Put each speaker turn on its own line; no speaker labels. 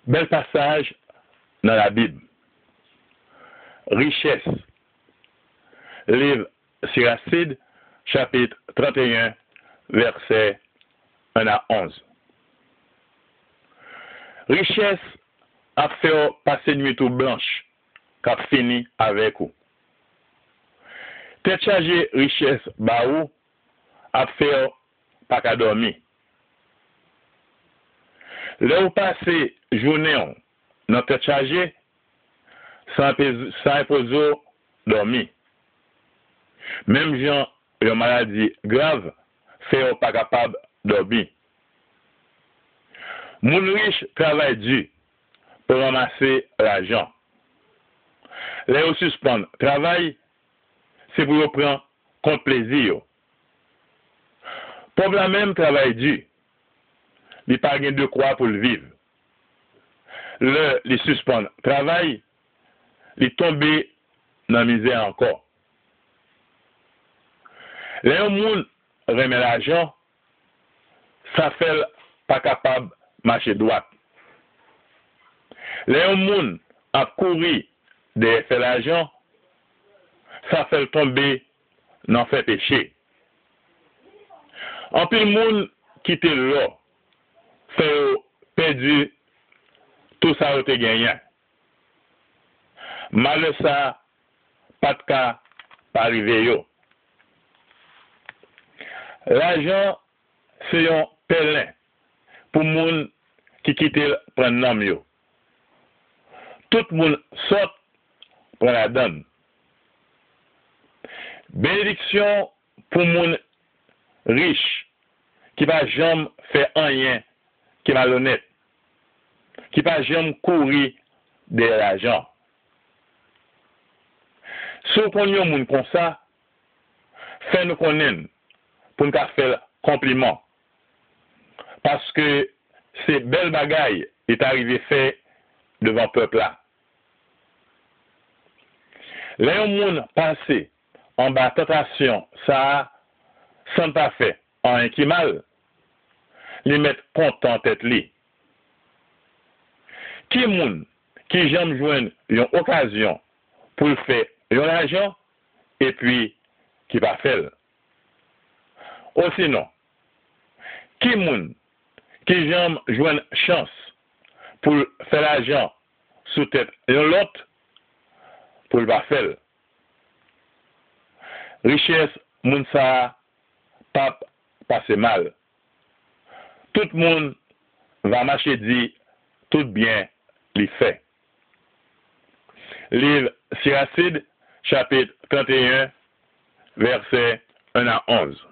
Bel passage dans la Bible. Richesse. Livre Siracide, chapitre 31, versets 1 à 11. Richesse a fait passer nuit tout blanche, qu'a fini avec vous. Tête chargée richesse ba ou a fait pas qu'à dormir. Là où passez journée dans tête chargée, sans imposer dormir. Même gens une maladie grave fait pas capable de dormir. Moun riche travaille dur pour ramasser l'argent. Là où suspend travail, c'est pour prendre compte plaisir. Pauvre la même travail dur. Il n'y a pas de quoi pour le vivre. Le suspend travail, il tombe dans la misère encore. Là où moun remet l'argent, ça fait pas capable de marcher droit. Là où moun a couru de faire l'argent, ça fait tomber dans fait péché. En plus, moun quitte l'eau, fait perdu tout ça a gagné. Malheur ça, pas de cas, pas arrivé yo. L'argent, c'est un pèlerin pour moun qui quitte prendre nom yo. Tout le monde sort pour la donne. Bénédiction pour moun riche qui va jamais faire rien qui va l'honnête, qui va jamais courir de l'argent. Si on connaît un monde comme ça, fait nous connaître pour nous faire compliment. Parce que ces belles bagailles est arrivé fait devant le peuple là. Là, un monde passé en bas tentation, ça, sans pas fait, en un qui mal, les mettre content tête li. Qui moun qui j'aime joindre une occasion pour le faire l'argent et puis qui va faire. Ou sinon, qui moun qui j'aime joindre chance pour faire l'argent sous tête l'autre pour le pas faire. Richesse moun ça pas passer mal. Tout le monde va marcher dit tout bien l'y fait. Livre Siracide, chapitre 31, versets 1 à 11.